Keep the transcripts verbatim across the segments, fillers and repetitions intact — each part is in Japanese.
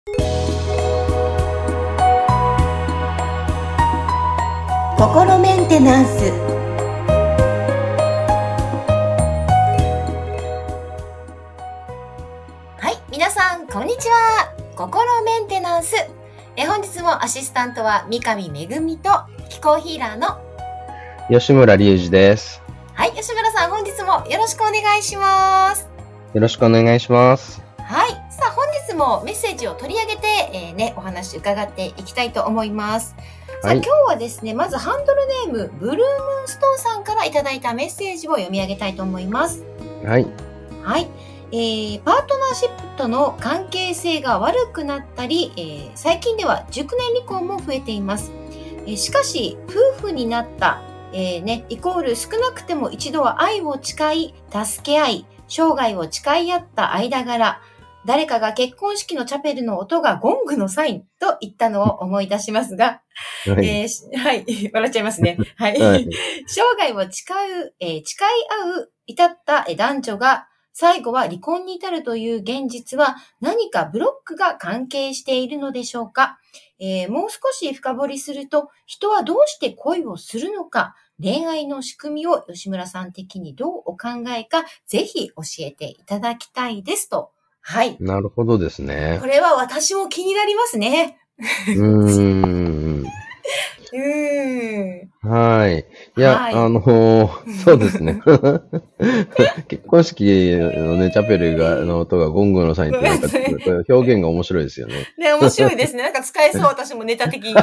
心メンテナンス。はい、皆さんこんにちは。心メンテナンス。え本日もアシスタントは三上めぐみと気候ヒーラーの吉村隆二です。 はい、吉村さん本日もよろしくお願いします。 よろしくお願いします。 はい、さあ本日もメッセージを取り上げて、えー、ね、お話伺っていきたいと思います。さあ、はい、今日はですね、まずハンドルネームブルームーンストーンさんからいただいたメッセージを読み上げたいと思います。 はい。 はい。えー、パートナーシップとの関係性が悪くなったり、えー、最近では熟年離婚も増えています。えー、しかし、夫婦になった、えーね、イコール少なくても一度は愛を誓い、助け合い、生涯を誓い合った間柄、誰かが結婚式のチャペルの音がゴングのサインと言ったのを思い出しますが、はい、えー、はい、笑っちゃいますね。はい。はい、生涯を誓う、えー、誓い合う、至った男女が、最後は離婚に至るという現実は何かブロックが関係しているのでしょうか。えー、もう少し深掘りすると、人はどうして恋をするのか、恋愛の仕組みを吉村さん的にどうお考えか、ぜひ教えていただきたいですと。はい。 なるほどですね。 これは私も気になりますね。 うーん。 うーん。 はい。いや、はい、あのー、そうですね。結婚式のね、チャペルが、の音がゴングのサインってなんか、表現が面白いですよね。 ね、面白いですね。なんか使えそう、私もネタ的に。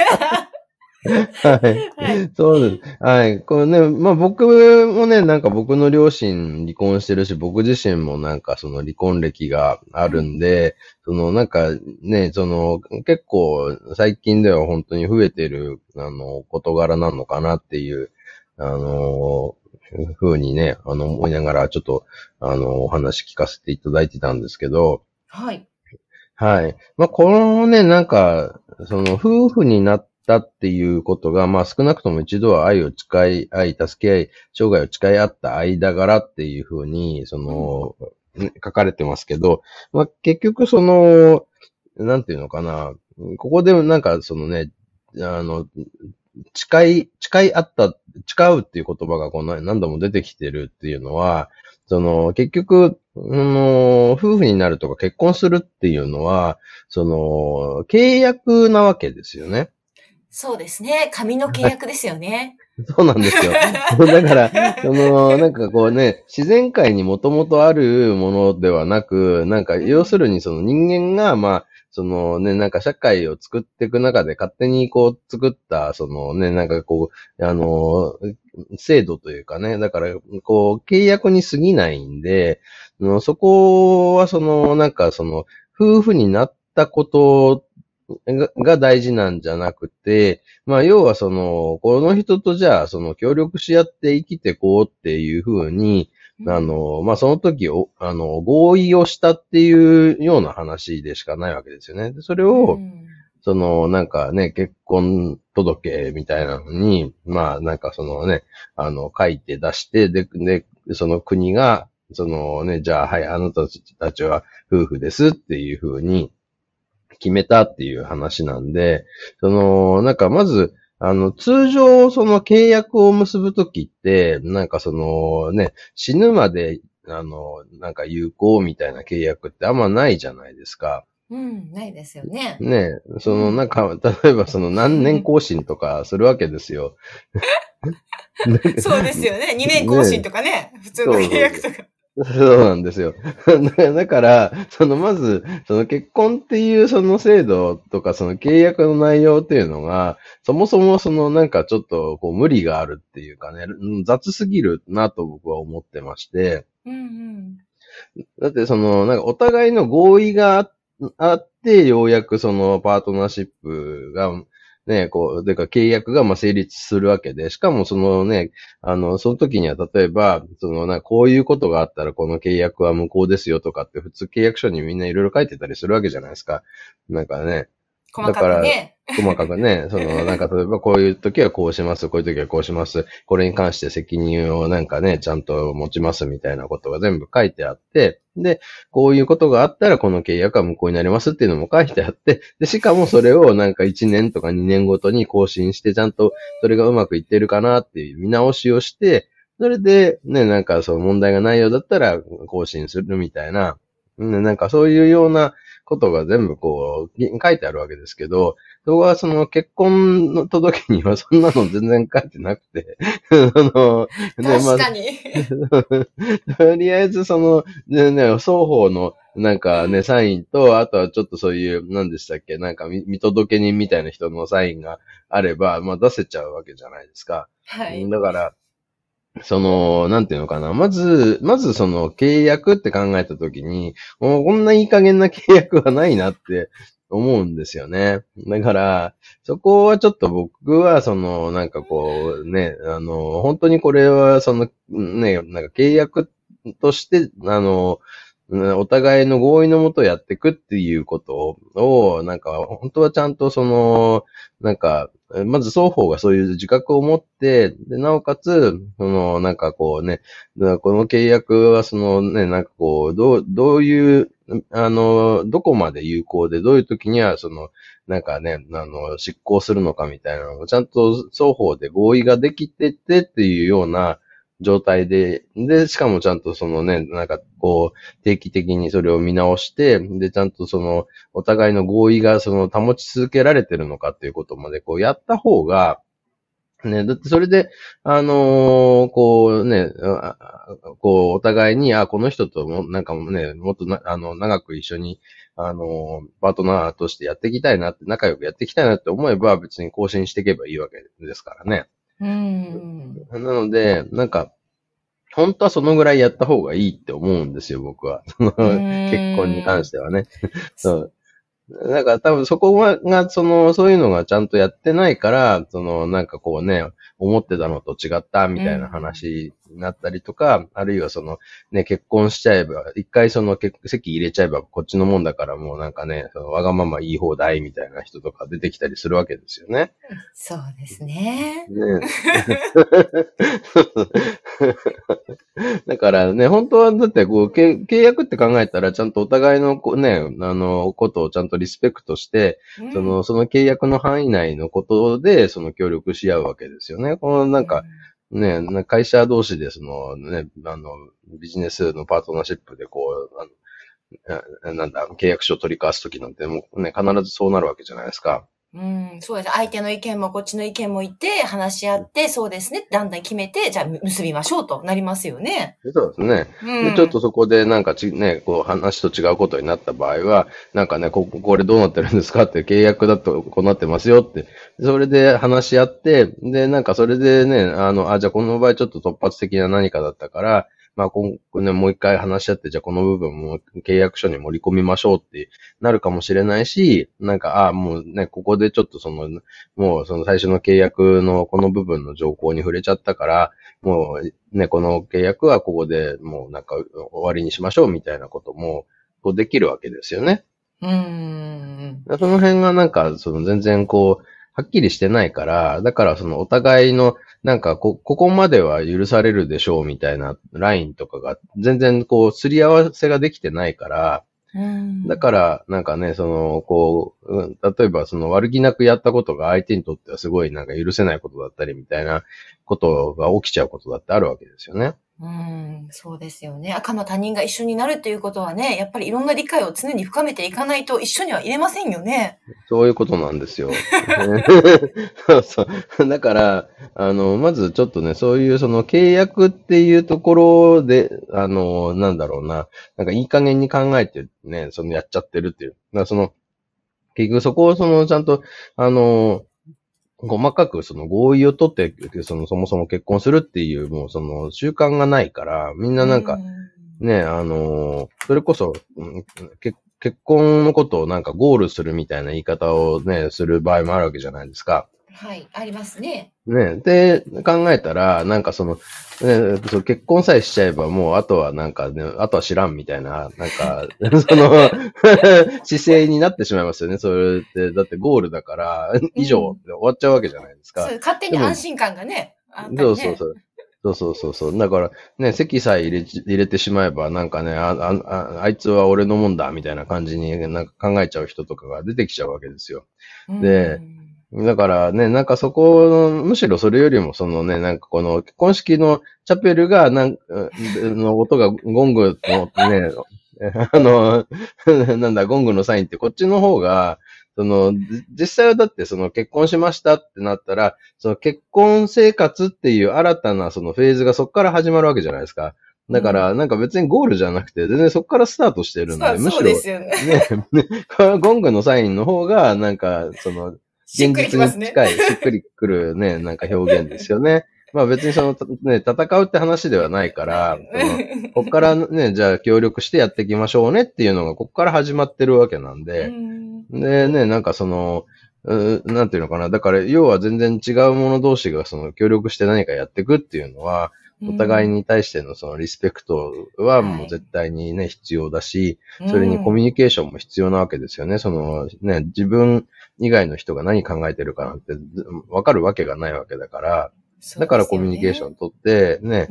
はい、はい。そうです。はい。これね、まあ僕もね、なんか僕の両親離婚してるし、僕自身もなんかその離婚歴があるんで、うん、そのなんかね、その結構最近では本当に増えてる、あの、事柄なのかなっていう、あの、ふうにね、あの、思いながらちょっと、あの、お話聞かせていただいてたんですけど、 はい。 はい。まあこのね、なんか、その夫婦になって、だっていうことが、まあ少なくとも一度は愛を誓い合い、助け合い、生涯を誓い合った間柄っていうふうに、その、うん、書かれてますけど、まあ結局その、なんていうのかな、ここでなんかそのね、あの、誓い、誓い合った、誓うっていう言葉がこの何度も出てきてるっていうのは、その、結局、あの、夫婦になるとか結婚するっていうのは、その、契約なわけですよね。 そうですね。紙の契約ですよね。 そうなんですよ。だから、その、なんかこうね、自然界にもともとあるものではなく、なんか、要するにその人間が、まあ、そのね、なんか社会を作っていく中で勝手にこう作った、そのね、なんかこう、あの、制度というかね、だから、こう、契約に過ぎないんで、そこはその、なんかその、夫婦になったことが、が大事なんじゃなくて、まあ、要はその、この人とじゃあ、その、協力し合って生きてこうっていうふうに、あの、まあ、その時を、あの、合意をしたっていうような話でしかないわけですよね。それを、その、なんかね、結婚届みたいなのに、まあ、なんかそのね、あの、書いて出して、で、で、その国が、そのね、じゃあ、はい、あなたたちは夫婦ですっていうふうに、決めたっていう話なんで、その、なんかまず、あの、通常、その契約を結ぶときって、なんかそのね、死ぬまで、あの、なんか有効みたいな契約ってあんまないじゃないですか。 うん、ないですよね。 ねえ、そのなんか、例えばその何年更新とかするわけですよ。 そうですよね。にねん更新とかね、ね普通の契約とか。 そうなんですよ。だから、そのまず、その結婚っていうその制度とかその契約の内容っていうのが、そもそもそのなんかちょっとこう無理があるっていうかね、雑すぎるなと僕は思ってまして。 うんうん、 だってその、なんかお互いの合意があって、ようやくそのパートナーシップが、ね、こう、でか契約がまあ成立するわけで、しかもそのね、あの、その時には例えば、そのな、こういうことがあったらこの契約は無効ですよとかって普通契約書にみんないろいろ書いてたりするわけじゃないですか。なんかね。 細かくね。 細かくね、その、なんか例えばこういう時はこうします、こういう時はこうします、これに関して責任をなんかね、ちゃんと持ちますみたいなことが全部書いてあって、で、こういうことがあったらこの契約は無効になりますっていうのも書いてあって、で、しかもそれをなんかいちねんとかにねんごとに更新してちゃんとそれがうまくいってるかなっていう見直しをして、それでね、なんかその問題がないようだったら更新するみたいな、ね、なんかそういうようなことが全部こう書いてあるわけですけど、そこはその結婚の届にはそんなの全然書いてなくて、あの、 ね、確かに。 まあ、とりあえずその、ね、ね、双方のなんかね、サインと、あとはちょっとそういう、何でしたっけ、なんか見届け人みたいな人のサインがあれば、まあ出せちゃうわけじゃないですか。 はい。 だから、その、なんていうのかな。まず、まずその契約って考えたときに、もうこんないい加減な契約はないなって思うんですよね。だから、そこはちょっと僕は、その、なんかこうね、あの、本当にこれは、その、ね、なんか契約として、あの、お互いの合意のもとやっていくっていうことを、なんか、本当はちゃんとその、なんか、まず双方がそういう自覚を持って、で、なおかつ、その、なんかこうね、この契約はそのね、なんかこう、どう、どういう、あの、どこまで有効で、どういう時にはその、なんかね、あの、執行するのかみたいなのをちゃんと双方で合意ができててっていうような状態で、で、しかもちゃんとそのね、なんかこう、定期的にそれを見直して、で、ちゃんとその、お互いの合意がその保ち続けられてるのかっていうことまでこうやった方が、ね、だってそれで、あのーこうね、こう、お互いに、あ、この人とも、なんかもね、もっとな、あの、長く一緒に、あのーパートナーとしてやっていきたいなって、仲良くやっていきたいなって思えば、別に更新していけばいいわけですからね。 うん。 なので、なんか、本当はそのぐらいやった方がいいって思うんですよ、僕は。その結婚に関してはね。そう。だから多分そこが、その、そういうのがちゃんとやってないから、その、なんかこうね、思ってたのと違ったみたいな話になったりとか、うん、あるいはその、ね、結婚しちゃえば、一回その、籍入れちゃえばこっちのもんだからもうなんかね、そのわがまま言い放題みたいな人とか出てきたりするわけですよね。 そうですね。 ねだからね、本当はだってこう、契約って考えたらちゃんとお互いのね、あの、ことをちゃんとリスペクトして、うん、その、その契約の範囲内のことで、その協力し合うわけですよね。このなんか、ね、会社同士でそのね、あの、ビジネスのパートナーシップでこう、あのなんだ、契約書を取り交わすときなんてもうね、必ずそうなるわけじゃないですか。 うん、そうです。相手の意見もこっちの意見も言って、話し合って、そうですね。だんだん決めて、じゃあ結びましょうとなりますよね。 そうですね。うん、でちょっとそこでなんかち、ね、こう話と違うことになった場合は、なんかね、ここれどうなってるんですかって契約だとこうなってますよって。それで話し合って、で、なんかそれでね、あの、あ、じゃあこの場合ちょっと突発的な何かだったから、まあ、今後ね、もう一回話し合って、じゃあこの部分も契約書に盛り込みましょうってなるかもしれないし、なんか、ああ、もうね、ここでちょっとその、もうその最初の契約のこの部分の条項に触れちゃったから、もうね、この契約はここでもうなんか終わりにしましょうみたいなことも、こうできるわけですよね。 うーん。 その辺がなんか、その全然こう、はっきりしてないから、だからそのお互いの、なんかこ、ここまでは許されるでしょうみたいなラインとかが全然こう、すり合わせができてないから、だから、なんかね、その、こう、うん、例えばその悪気なくやったことが相手にとってはすごいなんか許せないことだったりみたいなことが起きちゃうことだってあるわけですよね。 うん、そうですよね。赤の他人が一緒になるということはね、やっぱりいろんな理解を常に深めていかないと一緒にはいれませんよね。 そういうことなんですよ。そうそう。だから、あの、まずちょっとね、そういうその契約っていうところで、あの、なんだろうな、なんかいい加減に考えてね、そのやっちゃってるっていう。だからその、結局そこをそのちゃんと、あの、細かくその合意を取って、そのそもそも結婚するっていう、もうその習慣がないから、みんななんか、ね、あの、それこそ、うん、結結婚のことをなんかゴールするみたいな言い方をね、する場合もあるわけじゃないですか。 はい、ありますね。 ね。で、考えたら、なんかその、ね、そう結婚さえしちゃえばもう、あとはなんかね、あとは知らんみたいな、なんか、その、姿勢になってしまいますよね。それって、だってゴールだから、以上うん。 で終わっちゃうわけじゃないですか。 そう、勝手でも、 に安心感がね、あったりね。 そうそうそう。そうそうそうそう。だから、ね、席さえ入れち、入れてしまえば、なんかね、あ、あ、ああいつは俺のもんだ、みたいな感じになんか考えちゃう人とかが出てきちゃうわけですよ。 うで、 ん。 だからね、なんかそこの、むしろそれよりもそのね、なんかこの結婚式のチャペルが、なんか、の音がゴングのね、あの、なんだ、ゴングのサインってこっちの方が、その、じ実際はだってその結婚しましたってなったら、その結婚生活っていう新たなそのフェーズがそこから始まるわけじゃないですか。だから、 うん。 なんか別にゴールじゃなくて、全然そこからスタートしてるんで、 そう、そうむしろ、 ですよね。 ね、ゴングのサインの方が、なんか、その、 しっくりき現実ますね。 に近い、しっくりくるね、なんか表現ですよね。まあ別にその、ね、戦うって話ではないかないけら、その、こっど。 からね、じゃあ協力してやっていきましょうねっていうのが、こっから始まってるわけなんうで、 ん。 でね、なんかその、うなんていうのかな。だから、要は全然違う者同士がその協力して何かやっていくっていうのは、 うお互いん。 に対してのそのリスペクトはもはい。 う絶対にね、必要だし、 うそれにコミュん。 ニケーションも必要なわけですよね。そのね、自分以外の人が何考えてるかなんてずわかるわけがないわけだから、だからそうですコミュニケーショよね。 ン取って、ね、 うん。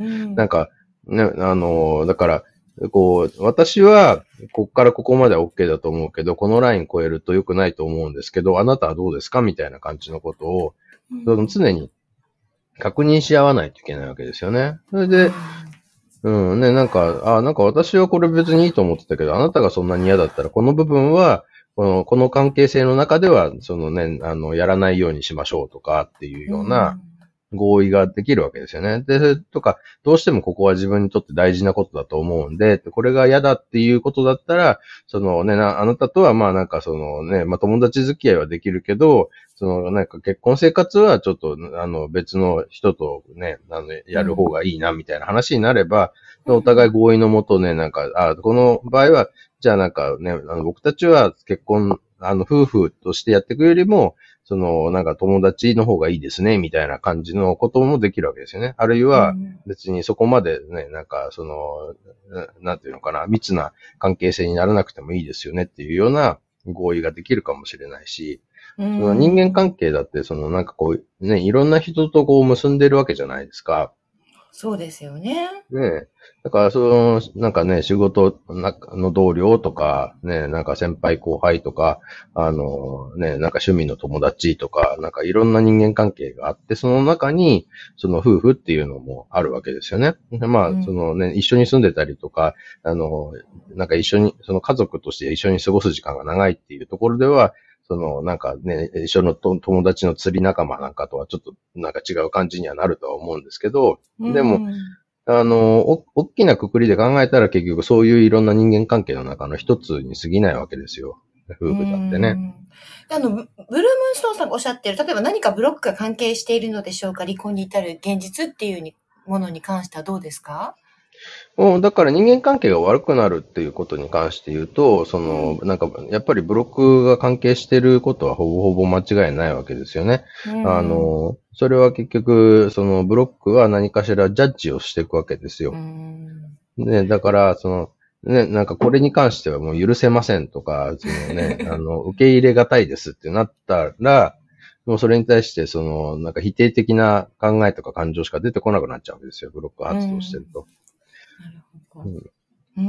なんか、ね、あの、だから、こう、私は、こっからここまでは OK だと思うけど、このライン超えると良くないと思うんですけど、あなたはどうですかみたいな感じのことを、そのうん。 常に確認し合わないといけないわけですよね。それで、 はい。 うん、ね、なんか、あ、なんか私はこれ別にいいと思ってたけど、あなたがそんなに嫌だったら、この部分は、この、この関係性の中では、そのね、あの、やらないようにしましょうとかっていううような、 ん。 合意ができるわけですよね。で、とか、どうしてもここは自分にとって大事なことだと思うんで、これが嫌だっていうことだったら、そのね、なあなたとはまあなんかそのね、まあ友達付き合いはできるけど、そのなんか結婚生活はちょっとあの別の人とね、あの、やる方うん。 がいいなみたいな話になれば、お互いうん。 合意のもとね、なんか、あ、この場合は、じゃあなんかね、あの僕たちは結婚、あの夫婦としてやっていくよりも、その、なんか友達の方がいいですね、みたいな感じのこともできるわけですよね。あるいは、 うん。 別にそこまでね、なんか、その、ななんていうのかな、密な関係性にならなくてもいいですよねっていうような合意ができるかもしれないし、 うその人間ん。 関係だって、そのなんかこう、ね、いろんな人とこう結んでるわけじゃないですか。 そうですよね。 ねえ。だから、その、なんかね、仕事の同僚とか、ね、なんか先輩後輩とか、あの、ね、なんか趣味の友達とか、なんかいろんな人間関係があって、その中に、その夫婦っていうのもあるわけですよね。でまあ、そうん。 のね、一緒に住んでたりとか、あの、なんか一緒に、その家族として一緒に過ごす時間が長いっていうところでは、その、なんかね、一緒のと友達の釣り仲間なんかとはちょっとなんか違う感じにはなるとは思うんですけど、 うでも、 ん。 あの、お、大きな括りで考えたら結局そういういろんな人間関係の中の一つに過ぎないわけですよ。 う夫婦だってね。 ん。あの、ブブルームーンストーンさんがおっしゃってる、例えば何かブロックが関係しているのでしょうか、離婚に至る現実っていうにものに関してはどうですか？ もうだから人間関係が悪くなるっていうことに関して言うと、その、 うん。 なんか、やっぱりブロックが関係してることはほぼほぼ間違いないわけですよね。 うあん。 の、それは結局、そのブロックは何かしらジャッジをしていくわけですうよ。 ん。 ね、だから、その、ね、なんかこれに関してはもう許せませんとか、そのね、あの、受け入れがたいですってなったら、もうそれに対して、その、なんか否定的な考えとか感情しか出てこなくなっちゃうわけですよ。ブロックう発動してるん。 と。 なるほど。 うんうん。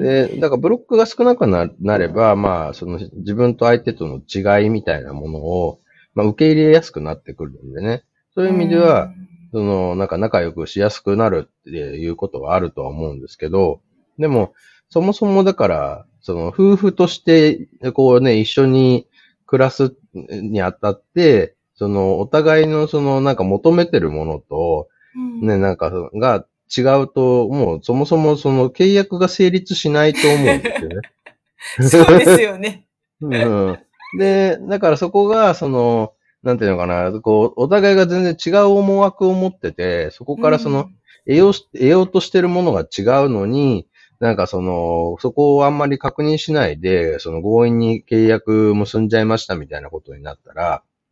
で、だからブロックが少なくななれば、まあ、その自分と相手との違いみたいなものを、まあ、受け入れやすくなってくるんでね。そうういう意味では、 ん。 その、なんか仲良くしやすくなるっていうことはあるとは思うんですけど、でも、そもそもだから、その夫婦として、こうね、一緒に暮らすにあたって、その、お互いのその、なんか求めてるものと、ね、 うん。 なんか、が違うと、もうそもそもその契約が成立しないと思うんですよね。 そうですよね。 うん。で、だからそこが、その、なんていうのかな、こう、お互いが全然違う思惑を持ってて、そこうからその、 ん。 得ようし、得ようとしてるものが違うのに、なんかその、そこをあんまり確認しないで、その強引に契約結んじゃいましたみたいなことになったら、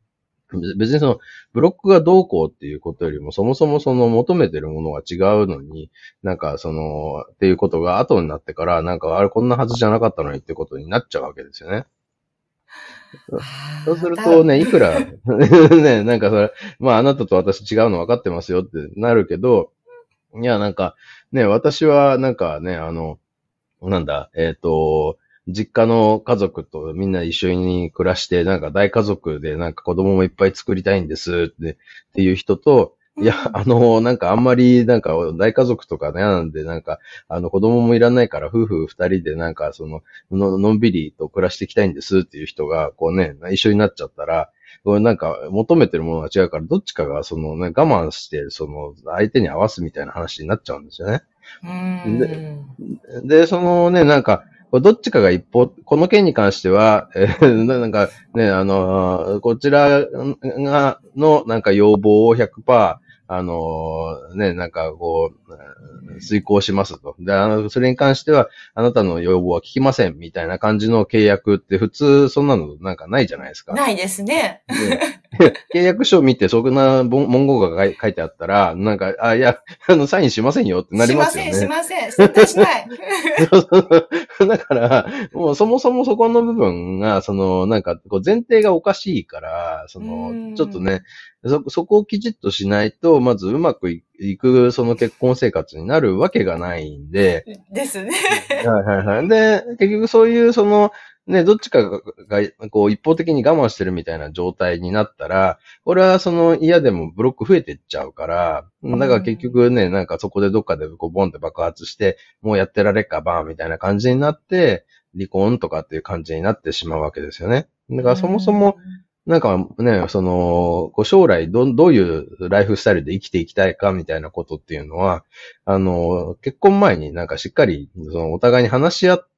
別にその、ブロックがどうこうっていうことよりも、そもそもその求めてるものが違うのに、なんかその、っていうことが後になってから、なんかあれこんなはずじゃなかったのにってことになっちゃうわけですよね。そうするとね、いくら、ね、なんかそれ、まああなたと私違うの分かってますよってなるけど、いやなんか、ね、私はなんかね、あの、なんだ、えっと、実家の家族とみんな一緒に暮らして、なんか大家族でなんか子供もいっぱい作りたいんですって、っていう人と、いや、あの、なんかあんまりなんか大家族とかね、なんでなんか、あの子供もいらないから夫婦二人でなんかそのの、のんびりと暮らしていきたいんですっていう人が、こうね、一緒になっちゃったら、これなんか求めてるものが違うから、どっちかがそのね、我慢して、その相手に合わすみたいな話になっちゃうんですよね。 うーん。 で、で、そのね、なんか、どっちかが一方、この件に関しては、えーなんかね、あの、こちらが、のなんか要望をひゃくパーセント、あの、ね、なんかこう、遂行しますと。で、あの、それに関しては、あなたの要望は聞きません、みたいな感じの契約って普通、そんなのなんかないじゃないですか。 ないですね。 ね、契約書を見て、そんな文言が書いてあったら、なんか、あ、いや、あの、サインしませんよってなりますよね。 しません、しません。絶対しない。 そうそうだから、もうそもそもそこの部分が、その、なんか、こう前提がおかしいから、その、ちょっとね、そ、そこをきちっとしないと、まずうまくいく、その結婚生活になるわけがないんで。 ですね。 はいはいはい。で、結局そういう、その、ね、どっちかが、こう、一方的に我慢してるみたいな状態になったら、これはその嫌でもブロック増えていっちゃうから、だから結局ね、なんかそこでどっかでこうボンって爆発して、もうやってられっかばーみたいな感じになって、離婚とかっていう感じになってしまうわけですよね。だからそもそも、なんかね、その、こう将来ど、どういうライフスタイルで生きていきたいかみたいなことっていうのは、あの、結婚前になんかしっかり、そのお互いに話し合って、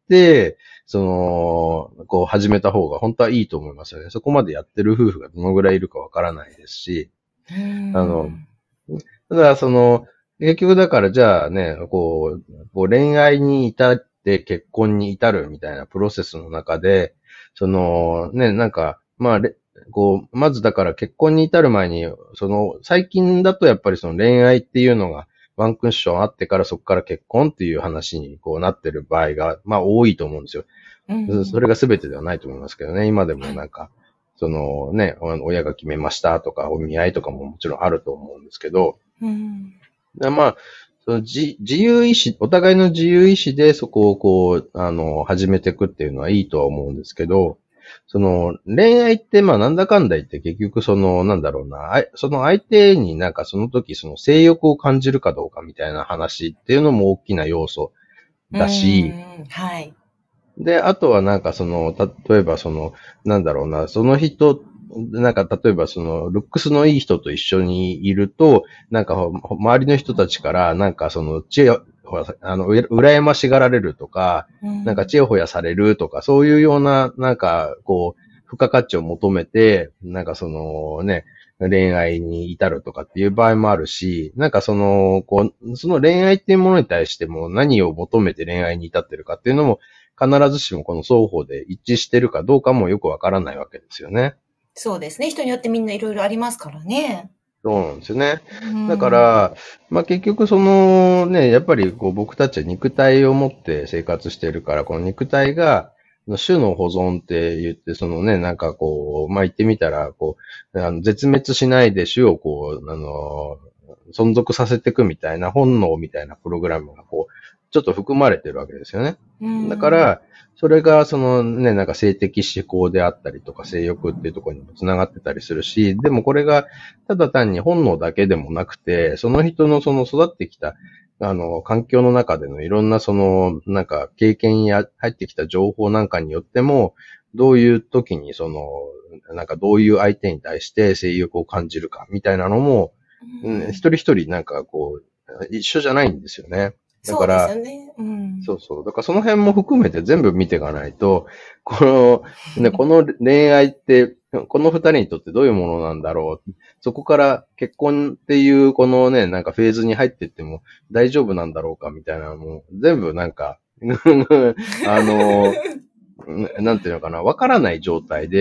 その、こう始めた方が本当はいいと思いますよね。そこまでやってる夫婦がどのぐらいいるかわからないですし、あの、ただその、結局だからじゃあね、こう、こう恋愛に至って結婚に至るみたいなプロセスの中で、その、ね、なんか、まあ、こう、まずだから結婚に至る前に、その、最近だとやっぱりその恋愛っていうのが、ワンクッションあってからそこから結婚っていう話にこうなってる場合が、まあ多いと思うんですよ。うん、それが全てではないと思いますけどね。今でもなんか、そのね、親が決めましたとか、お見合いとかももちろんあると思うんですけど、うん、まあ、その自自由意志、お互いの自由意志でそこをこう、あの、始めていくっていうのはいいとは思うんですけど、その、恋愛って、まあ、なんだかんだ言って結局その、なんだろうな、その相手になんかその時その性欲を感じるかどうかみたいな話っていうのも大きな要素だし、はい。で、あとはなんかその、例えばその、なんだろうな、その人、なんか例えばその、ルックスのいい人と一緒にいると、なんか周りの人たちからなんかその、知恵、あの、羨ましがられるとか、うん、なんかチヤホヤされるとか、そういうような、なんかこう、付加価値を求めて、なんかそのね、恋愛に至るとかっていう場合もあるし、なんかその、こう、その恋愛っていうものに対しても何を求めて恋愛に至ってるかっていうのも、必ずしもこの双方で一致してるかどうかもよくわからないわけですよね。 そうですね。人によってみんないろいろありますからね。 そうなんですよね。だから、まあ結局そのね、やっぱりこう僕たちは肉体を持って生活してるから、この肉体が、種の保存って言って、そのね、なんかこう、まあ言ってみたら、こう、あの絶滅しないで種をこう、あの、存続させていくみたいな本能みたいなプログラムがこう、ちょっと含まれてるわけですよね。だから、それがそのね、なんか性的思考であったりとか性欲っていうところにもつながってたりするし、でもこれがただ単に本能だけでもなくて、その人のその育ってきた、あの、環境の中でのいろんなその、なんか経験や入ってきた情報なんかによっても、どういう時にその、なんかどういう相手に対して性欲を感じるかみたいなのも、うん、一人一人なんかこう、一緒じゃないんですよね。だから、そうですよね。うん、そうそう。だからその辺も含めて全部見ていかないと、この、ね、この恋愛って、この二人にとってどういうものなんだろう。そこから結婚っていうこのね、なんかフェーズに入っていっても大丈夫なんだろうかみたいなのも、全部なんか、あの、なんていうのかな、わからない状態で、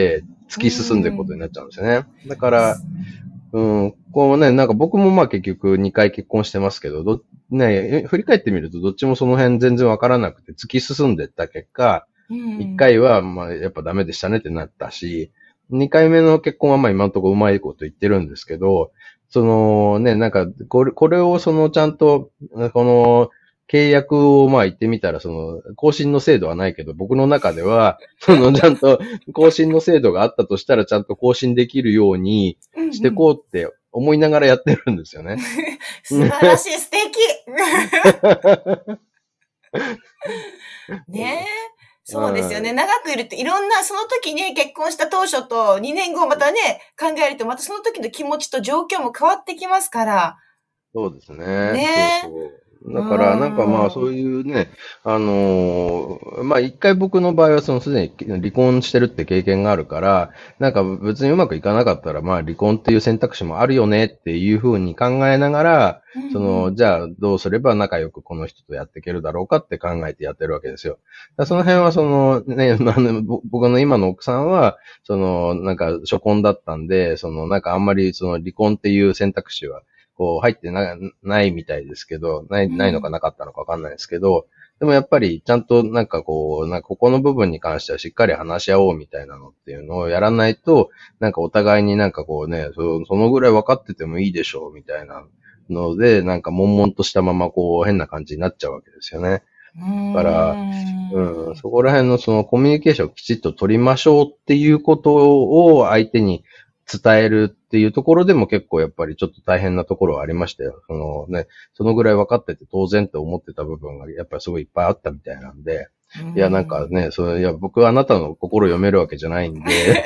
突き進んでいくことになっちゃうんですよね。だから、うん、こうね、なんか僕もまあ結局にかい結婚してますけど、ど、ね、振り返ってみるとどっちもその辺全然わからなくて突き進んでいった結果、いっかいはまあやっぱダメでしたねってなったし、にかいめの結婚はまあ今のところうまいこと言ってるんですけど、そのね、なんかこれ、これをそのちゃんと、この、契約をまあ言ってみたら、その、更新の制度はないけど、僕の中では、そのちゃんと更新の制度があったとしたら、ちゃんと更新できるようにしてこうって思いながらやってるんですよね。 素晴らしい、素敵ねえ。そうですよね。長くいるといろんな、その時ね、結婚した当初とにねんごまたね、考えると、またその時の気持ちと状況も変わってきますから。 そうですね。 ねえ。 そうそうだから、なんかまあそういうね、あのー、まあ一回僕の場合はそのすでに離婚してるって経験があるから、なんか別にうまくいかなかったらまあ離婚っていう選択肢もあるよねっていうふうに考えながら、うんうん、その、じゃあどうすれば仲良くこの人とやっていけるだろうかって考えてやってるわけですよ。だその辺はそのね、まあ、ね、僕の今の奥さんは、そのなんか初婚だったんで、そのなんかあんまりその離婚っていう選択肢はこう入ってな、ないみたいですけど、ない、ないのかなかったのかわかんないですけど、でもやっぱりちゃんとなんかこう、なんかここの部分に関してはしっかり話し合おうみたいなのっていうのをやらないと、なんかお互いになんかこうね、そ, そのぐらい分かっててもいいでしょうみたいなので、なんか悶々としたままこう変な感じになっちゃうわけですよね。だから、うん、そこら辺のそのコミュニケーションをきちっと取りましょうっていうことを相手に伝えるっていうところでも結構やっぱりちょっと大変なところはありましたよ。そのね、そのぐらい分かってて当然って思ってた部分がやっぱりすごいいっぱいあったみたいなんで、いやなんかね、それいや僕はあなたの心読めるわけじゃないんで、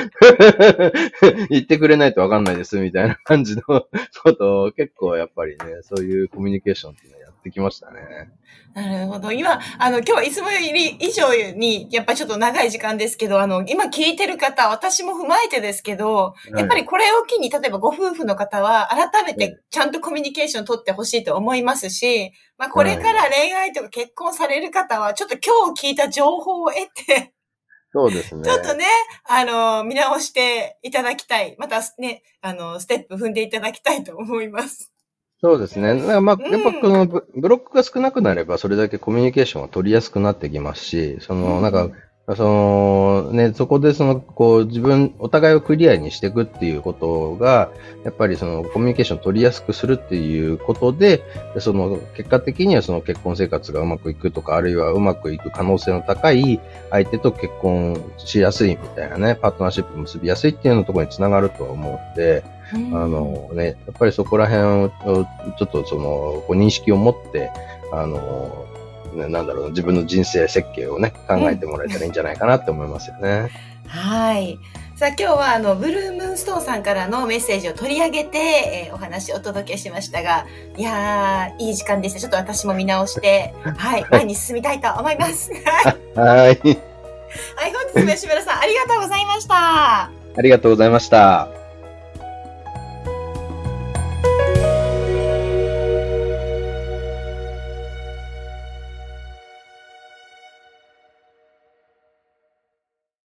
言ってくれないと分かんないですみたいな感じのことを結構やっぱりね、そういうコミュニケーションっていうのはやってきましたね。 なるほど。今、あの、今日はいつもより以上に、やっぱりちょっと長い時間ですけど、あの、今聞いてる方、私も踏まえてですけど、やっぱりこれを機に、例えばご夫婦の方は、改めてちゃんとコミュニケーション取ってほしいと思いますし、まあ、これから恋愛とか結婚される方は、ちょっと今日聞いた情報を得て、 そうですね。 ちょっとね、あの、見直していただきたい。またね、あの、ステップ踏んでいただきたいと思います。 そうですね。だからまあ、やっぱこのブロックが少なくなれば、それだけコミュニケーションが取りやすくなってきますし、その、なんか、その、ね、そこでその、こう、自分、お互いをクリアにしていくっていうことが、やっぱりその、コミュニケーションを取りやすくするっていうことで、その、結果的にはその結婚生活がうまくいくとか、あるいはうまくいく可能性の高い相手と結婚しやすいみたいなね、パートナーシップ結びやすいっていうようなところにつながるとは思うので、あのね、やっぱりそこら辺をちょっとそのこう認識を持って、あの、ね、なんだろう、自分の人生設計をね、考えてもらえたらいいんじゃないかなって思いますよね。 うん、はい。さあ今日はあの、ブルームーンストーンさんからのメッセージを取り上げて、えー、お話をお届けしましたが、いやー、いい時間でした。ちょっと私も見直して、はい、前に進みたいと思います。 はい。はい。 はい、本日も吉村さんありがとうございました。 ありがとうございました。